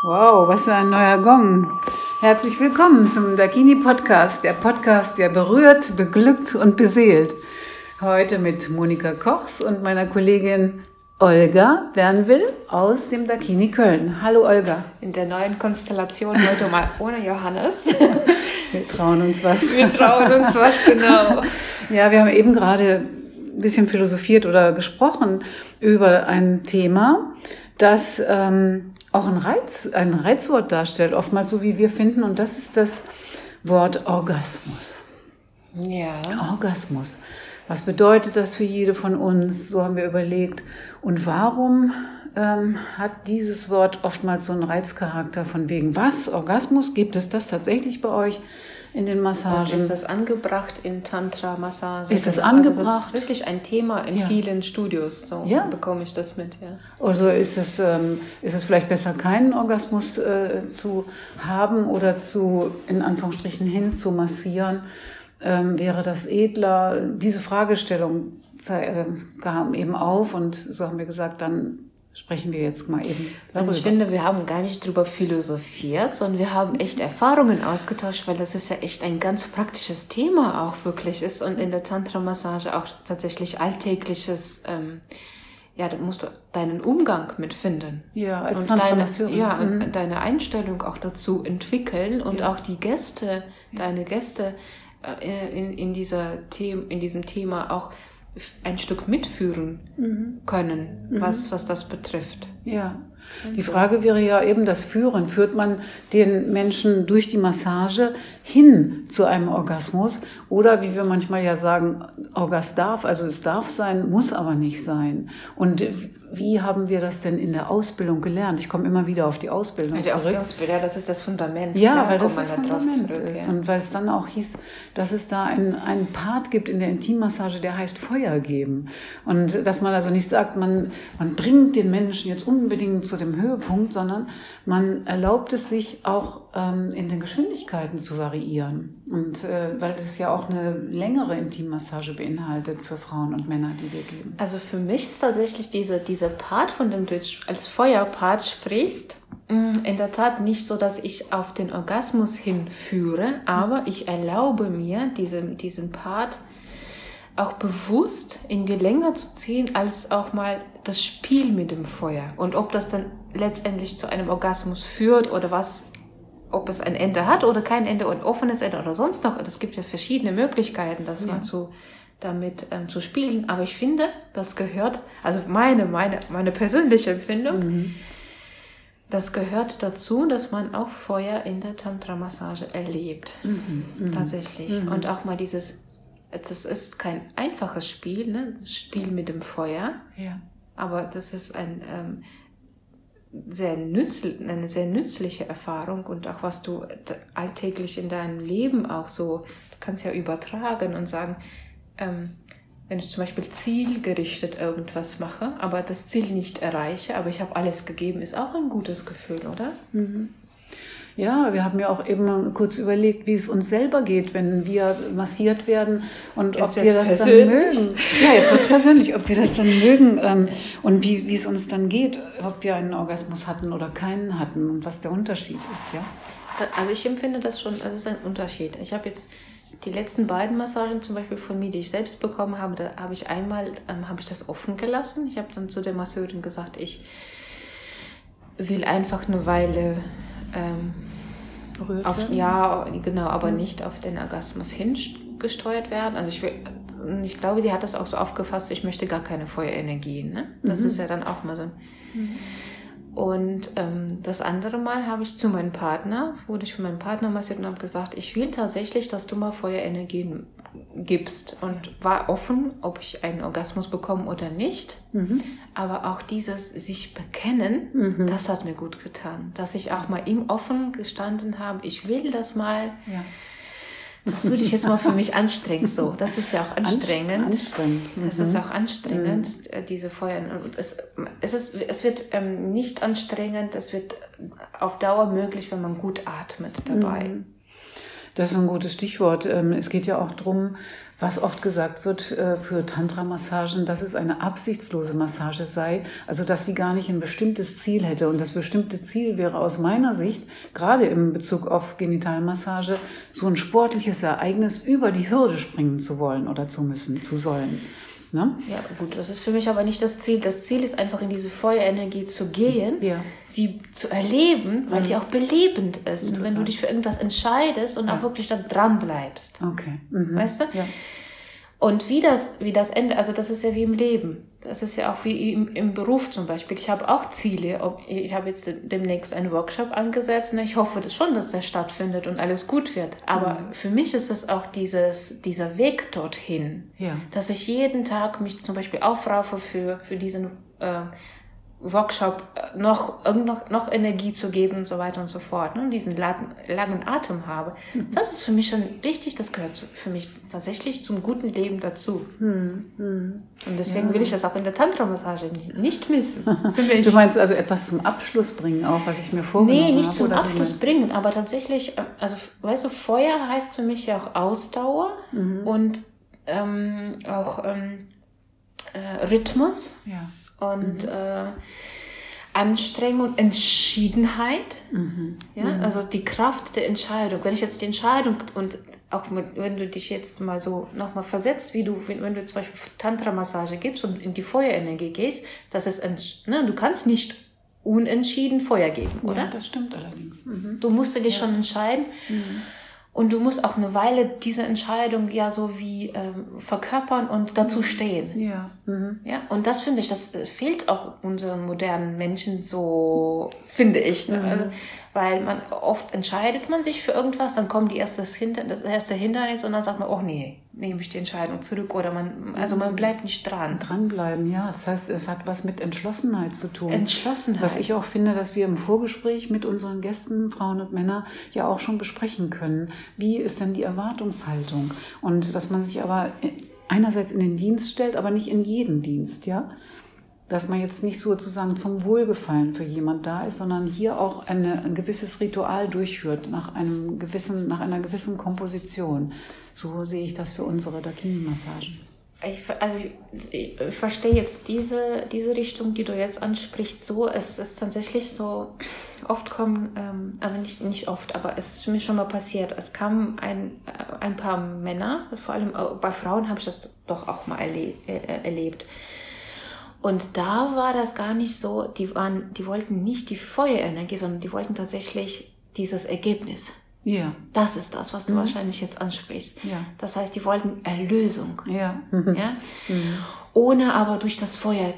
Wow, was für ein neuer Gong. Herzlich willkommen zum Dakini-Podcast, der Podcast, der berührt, beglückt und beseelt. Heute mit Monika Kochs und meiner Kollegin Olga Wernwil aus dem Dakini Köln. Hallo Olga. In der neuen Konstellation heute mal ohne Johannes. Wir trauen uns was. Wir trauen uns was, genau. Ja, wir haben eben gerade ein bisschen philosophiert oder gesprochen über ein Thema, das auch ein Reizwort darstellt, oftmals so wie wir finden, und das ist das Wort Orgasmus. Ja. Orgasmus. Was bedeutet das für jede von uns? So haben wir überlegt. Und warum hat dieses Wort oftmals so einen Reizcharakter von wegen was? Orgasmus? Gibt es das tatsächlich bei euch in den Massagen? Und ist das angebracht in Tantra-Massagen? Ist das angebracht? Also das ist wirklich ein Thema in vielen Studios. So bekomme ich das mit, ja. Also ist es vielleicht besser, keinen Orgasmus zu haben oder in Anführungsstrichen hin zu massieren? Wäre das edler? Diese Fragestellung kam eben auf und so haben wir gesagt, dann sprechen wir jetzt mal eben darüber. Und ich finde, wir haben gar nicht drüber philosophiert, sondern wir haben echt Erfahrungen ausgetauscht, weil das ist ja echt ein ganz praktisches Thema auch wirklich ist und in der Tantra-Massage auch tatsächlich alltägliches, da musst du deinen Umgang mitfinden. Ja, als und Tantra-Masseurin. und deine Einstellung auch dazu entwickeln und auch die Gäste, deine Gäste in diesem Thema auch ein Stück mitführen können, was das betrifft. Ja, die Frage wäre ja eben das Führen. Führt man den Menschen durch die Massage hin zu einem Orgasmus? Oder wie wir manchmal ja sagen, Orgas darf, also es darf sein, muss aber nicht sein. Und wie haben wir das denn in der Ausbildung gelernt? Ich komme immer wieder auf die Ausbildung zurück. Auf die Ausbildung, das ist das Fundament. Ja, weil das das Fundament ist. Ja. Und weil es dann auch hieß, dass es da einen Part gibt in der Intimmassage, der heißt Feuer geben. Und dass man also nicht sagt, man bringt den Menschen jetzt unbedingt zu dem Höhepunkt, sondern man erlaubt es sich auch in den Geschwindigkeiten zu variieren. Und weil das ja auch eine längere Intimmassage beinhaltet für Frauen und Männer, die wir geben. Also für mich ist tatsächlich dieser Part, von dem du jetzt als Feuerpart sprichst, in der Tat nicht so, dass ich auf den Orgasmus hinführe, aber ich erlaube mir, diesen Part auch bewusst in die Länge zu ziehen, als auch mal das Spiel mit dem Feuer. Und ob das dann letztendlich zu einem Orgasmus führt oder was, ob es ein Ende hat oder kein Ende und offenes Ende oder sonst noch. Es gibt ja verschiedene Möglichkeiten, das mal damit zu spielen. Aber ich finde, das gehört, also meine persönliche Empfindung, das gehört dazu, dass man auch Feuer in der Tantra-Massage erlebt. Tatsächlich. Und auch mal das ist kein einfaches Spiel, ne? Das Spiel mit dem Feuer. Ja. Aber das ist eine sehr nützliche Erfahrung und auch was du alltäglich in deinem Leben auch so, du kannst ja übertragen und sagen, wenn ich zum Beispiel zielgerichtet irgendwas mache, aber das Ziel nicht erreiche, aber ich habe alles gegeben, ist auch ein gutes Gefühl, oder? Ja, wir haben ja auch eben kurz überlegt, wie es uns selber geht, wenn wir massiert werden und jetzt ob wir das dann mögen. Ja, jetzt wird's persönlich, ob wir das dann mögen und wie es uns dann geht, ob wir einen Orgasmus hatten oder keinen hatten und was der Unterschied ist, ja. Also ich empfinde das schon, das ist ein Unterschied. Ich habe jetzt die letzten beiden Massagen zum Beispiel von mir, die ich selbst bekommen habe, da habe ich einmal das offen gelassen. Ich habe dann zu der Masseurin gesagt, ich will einfach eine Weile aber nicht auf den Orgasmus hingesteuert werden. Also ich glaube, die hat das auch so aufgefasst, ich möchte gar keine Feuerenergien. Ne? Das ist ja dann auch mal so. Und das andere Mal wurde ich von meinem Partner massiert und habe gesagt, ich will tatsächlich, dass du mal Feuerenergien gibst. Und war offen, ob ich einen Orgasmus bekomme oder nicht. Aber auch dieses sich bekennen, das hat mir gut getan. Dass ich auch mal ihm offen gestanden habe, ich will das mal, dass du dich jetzt mal für mich anstrengst. So, das ist ja auch anstrengend. Das ist auch anstrengend, diese Feuer. Es wird nicht anstrengend, es wird auf Dauer möglich, wenn man gut atmet dabei. Das ist ein gutes Stichwort. Es geht ja auch darum, was oft gesagt wird für Tantra-Massagen, dass es eine absichtslose Massage sei, also dass sie gar nicht ein bestimmtes Ziel hätte. Und das bestimmte Ziel wäre aus meiner Sicht, gerade im Bezug auf Genitalmassage, so ein sportliches Ereignis über die Hürde springen zu wollen oder zu müssen, zu sollen. Ne? Ja, gut, das ist für mich aber nicht das Ziel. Das Ziel ist einfach, in diese Feuerenergie zu gehen, sie zu erleben, weil die auch belebend ist. Und wenn du dich für irgendwas entscheidest und auch wirklich da dran bleibst. Okay. Weißt du? Ja. Und wie das Ende, also das ist ja wie im Leben. Das ist ja auch wie im Beruf zum Beispiel. Ich habe auch Ziele. Ich habe jetzt demnächst einen Workshop angesetzt und ich hoffe das schon, dass der stattfindet und alles gut wird. Aber für mich ist es auch dieser Weg dorthin, dass ich jeden Tag mich zum Beispiel aufraffe für diesen Workshop noch Energie zu geben und so weiter und so fort, ne? Und diesen langen Atem habe. Das ist für mich schon richtig, das gehört für mich tatsächlich zum guten Leben dazu. Und deswegen will ich das auch in der Tantra-Massage nicht missen. Du meinst also etwas zum Abschluss bringen auch, was ich mir vorgenommen habe? Nee, nicht zum Abschluss bringen, aber tatsächlich, also weißt du, Feuer heißt für mich ja auch Ausdauer und auch Rhythmus. Ja. Und Anstrengung, Entschiedenheit, also die Kraft der Entscheidung. Wenn ich jetzt die Entscheidung und auch wenn du dich jetzt mal so nochmal versetzt, wenn du zum Beispiel Tantra-Massage gibst und in die Feuerenergie gehst, du kannst nicht unentschieden Feuer geben, oder? Ja, das stimmt allerdings. Du musst dich schon entscheiden. Und du musst auch eine Weile diese Entscheidung ja so wie verkörpern und dazu stehen. Ja. Ja. Und das finde ich, das fehlt auch unseren modernen Menschen so, finde ich. Ne? Also, weil oft entscheidet man sich für irgendwas, dann kommt das erste Hindernis und dann sagt man, oh nee, nehme ich die Entscheidung zurück. Oder man bleibt nicht dran. Dranbleiben, ja. Das heißt, es hat was mit Entschlossenheit zu tun. Entschlossenheit. Was ich auch finde, dass wir im Vorgespräch mit unseren Gästen, Frauen und Männer, ja auch schon besprechen können. Wie ist denn die Erwartungshaltung? Und dass man sich aber einerseits in den Dienst stellt, aber nicht in jeden Dienst, ja? Dass man jetzt nicht sozusagen zum Wohlgefallen für jemand da ist, sondern hier auch ein gewisses Ritual durchführt, nach einer gewissen Komposition. So sehe ich das für unsere Dakini-Massagen. Ich verstehe jetzt diese Richtung, die du jetzt ansprichst, so. Es ist tatsächlich so, oft kommen, also nicht oft, aber es ist mir schon mal passiert, es kamen ein paar Männer, vor allem bei Frauen habe ich das doch auch mal erlebt. Und da war das gar nicht so, die wollten nicht die Feuerenergie, sondern die wollten tatsächlich dieses Ergebnis. Ja. Das ist das, was du wahrscheinlich jetzt ansprichst. Ja. Das heißt, die wollten Erlösung. Ja. Ja? Ohne aber durch das Feuer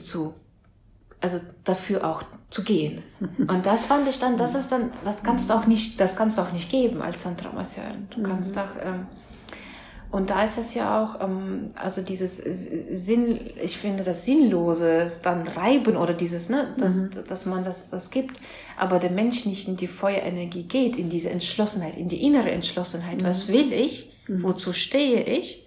also dafür auch zu gehen. Und das fand ich dann, das kannst du auch nicht geben als Tantra-Masseur. Du kannst doch, und da ist es ja auch, also dieses ich finde das Sinnlose ist dann Reiben oder dieses, dass man das gibt, aber der Mensch nicht in die Feuerenergie geht, in diese Entschlossenheit, in die innere Entschlossenheit. Was will ich? Wozu stehe ich?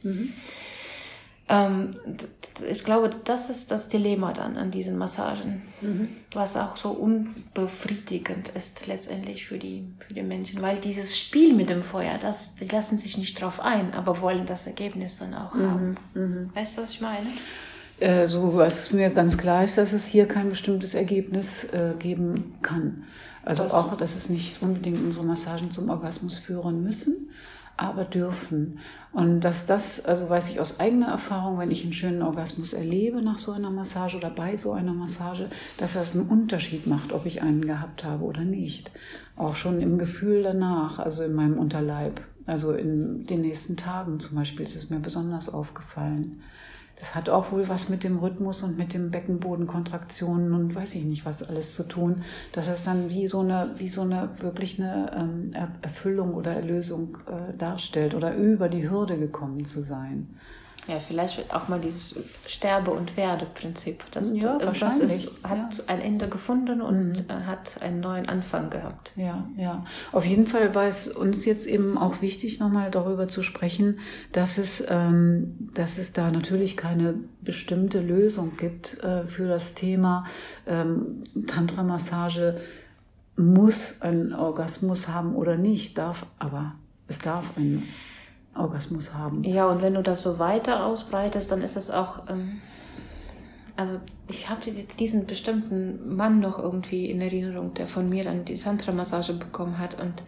Ich glaube, das ist das Dilemma dann an diesen Massagen, was auch so unbefriedigend ist letztendlich für die Menschen, weil dieses Spiel mit dem Feuer, die lassen sich nicht drauf ein, aber wollen das Ergebnis dann auch haben. Weißt du, was ich meine? So, was mir ganz klar ist, dass es hier kein bestimmtes Ergebnis geben kann. Also auch, dass es nicht unbedingt unsere Massagen zum Orgasmus führen müssen, aber dürfen. Und dass das, also weiß ich aus eigener Erfahrung, wenn ich einen schönen Orgasmus erlebe nach so einer Massage oder bei so einer Massage, dass das einen Unterschied macht, ob ich einen gehabt habe oder nicht. Auch schon im Gefühl danach, also in meinem Unterleib. Also in den nächsten Tagen zum Beispiel ist es mir besonders aufgefallen. Das hat auch wohl was mit dem Rhythmus und mit dem Beckenbodenkontraktionen und weiß ich nicht was alles zu tun, dass es dann wie so eine wirklich eine Erfüllung oder Erlösung darstellt oder über die Hürde gekommen zu sein. Ja, vielleicht wird auch mal dieses Sterbe- und Werde-Prinzip. Irgendwas hat ein Ende gefunden und hat einen neuen Anfang gehabt. Ja. Auf jeden Fall war es uns jetzt eben auch wichtig, nochmal darüber zu sprechen, dass es da natürlich keine bestimmte Lösung gibt für das Thema Tantra-Massage muss einen Orgasmus haben oder nicht, darf aber es darf einen Orgasmus haben. Ja, und wenn du das so weiter ausbreitest, dann ist es auch, also ich habe jetzt diesen bestimmten Mann noch irgendwie in Erinnerung, der von mir dann die Tantra-Massage bekommen hat und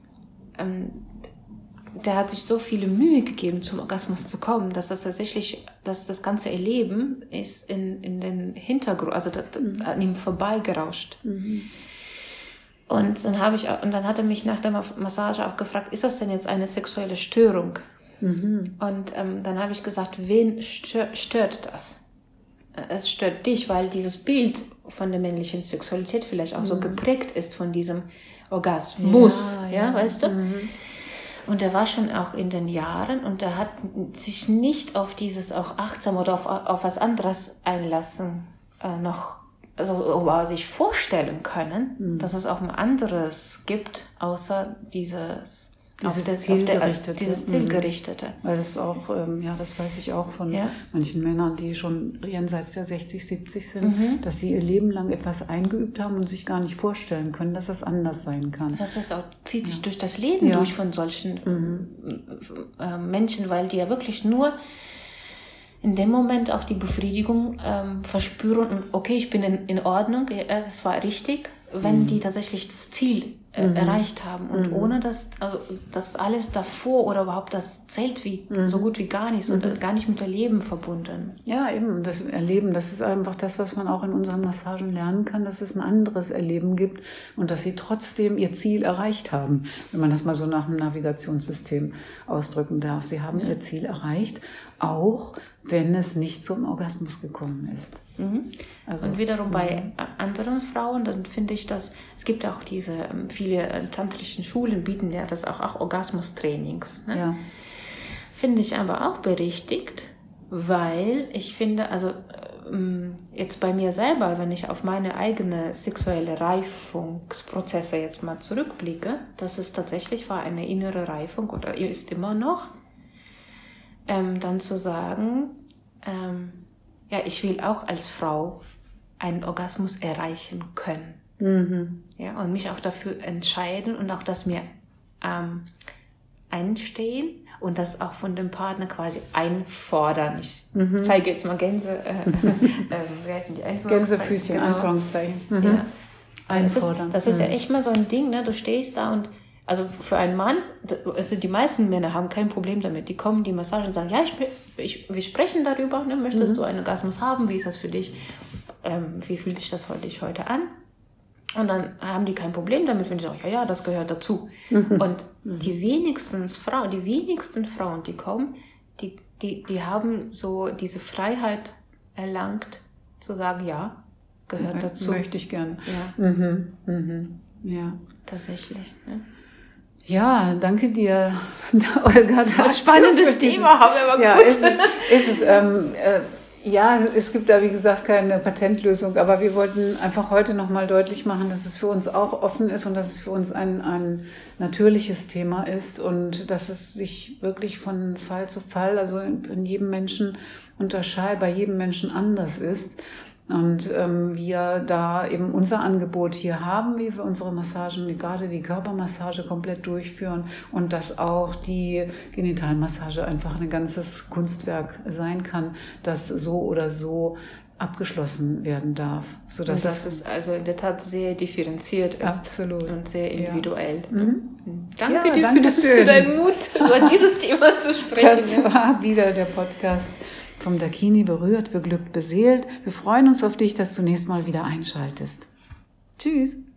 der hat sich so viele Mühe gegeben, zum Orgasmus zu kommen, dass das tatsächlich, dass das ganze Erleben ist in den Hintergrund, also an ihm vorbeigerauscht. Und dann hat er mich nach der Massage auch gefragt, ist das denn jetzt eine sexuelle Störung? Und dann habe ich gesagt, wen stört das? Es stört dich, weil dieses Bild von der männlichen Sexualität vielleicht auch so geprägt ist von diesem Orgasmus, ja, weißt du? Und er war schon auch in den Jahren und er hat sich nicht auf dieses auch achtsam oder auf was anderes einlassen, sich vorstellen können, dass es auch ein anderes gibt, außer dieses Zielgerichtete. Weil das auch, das weiß ich auch von manchen Männern, die schon jenseits der 60, 70 sind, dass sie ihr Leben lang etwas eingeübt haben und sich gar nicht vorstellen können, dass das anders sein kann. Das zieht sich durch das Leben durch von solchen Menschen, weil die ja wirklich nur in dem Moment auch die Befriedigung verspüren und okay, ich bin in Ordnung, das war richtig, wenn die tatsächlich das Ziel erreicht haben und ohne das alles davor oder überhaupt das zählt wie so gut wie gar nichts und gar nicht mit dem Leben verbunden. Ja, eben, das Erleben, das ist einfach das, was man auch in unseren Massagen lernen kann, dass es ein anderes Erleben gibt und dass sie trotzdem ihr Ziel erreicht haben, wenn man das mal so nach einem Navigationssystem ausdrücken darf. Sie haben ihr Ziel erreicht, auch wenn es nicht zum Orgasmus gekommen ist. Also, und wiederum bei anderen Frauen, dann finde ich, dass es gibt auch diese viele tantrischen Schulen bieten ja das auch Orgasmus-Trainings. Ne? Ja. Finde ich aber auch berechtigt, weil ich finde, also jetzt bei mir selber, wenn ich auf meine eigene sexuelle Reifungsprozesse jetzt mal zurückblicke, dass es tatsächlich war eine innere Reifung oder ist immer noch, dann zu sagen, ich will auch als Frau einen Orgasmus erreichen können. Ja, und mich auch dafür entscheiden und auch das mir einstehen und das auch von dem Partner quasi einfordern. Ich zeige jetzt mal Gänsefüßchen, genau. Anführungszeichen. Ja. Einfordern. Das ist ja echt mal so ein Ding, ne? Du stehst da und also für einen Mann, also die meisten Männer haben kein Problem damit. Die kommen in die Massage und sagen, ja, wir sprechen darüber, ne? Möchtest du einen Orgasmus haben? Wie ist das für dich? Wie fühlt sich das für dich heute an? Und dann haben die kein Problem damit, wenn die sagen, ja, das gehört dazu. Und die wenigsten Frauen, die kommen, die haben so diese Freiheit erlangt, zu sagen, ja, gehört dazu. Möchte ich gerne. Ja. Ja. Tatsächlich, ne? Ja, danke dir, Olga. Das spannendes Thema haben wir aber gut. Ist es. Es gibt da, wie gesagt, keine Patentlösung, aber wir wollten einfach heute nochmal deutlich machen, dass es für uns auch offen ist und dass es für uns ein natürliches Thema ist und dass es sich wirklich von Fall zu Fall, also in jedem Menschen bei jedem Menschen anders ist. Und wir da eben unser Angebot hier haben, wie wir unsere Massagen, gerade die Körpermassage komplett durchführen und dass auch die Genitalmassage einfach ein ganzes Kunstwerk sein kann, das so oder so abgeschlossen werden darf. Sodass und dass es also in der Tat sehr differenziert ist. Absolut. Und sehr individuell. Ja. Danke dir für deinen Mut, über dieses Thema zu sprechen. Das war wieder der Podcast vom Dakini, berührt, beglückt, beseelt. Wir freuen uns auf dich, dass du nächstes Mal wieder einschaltest. Tschüss.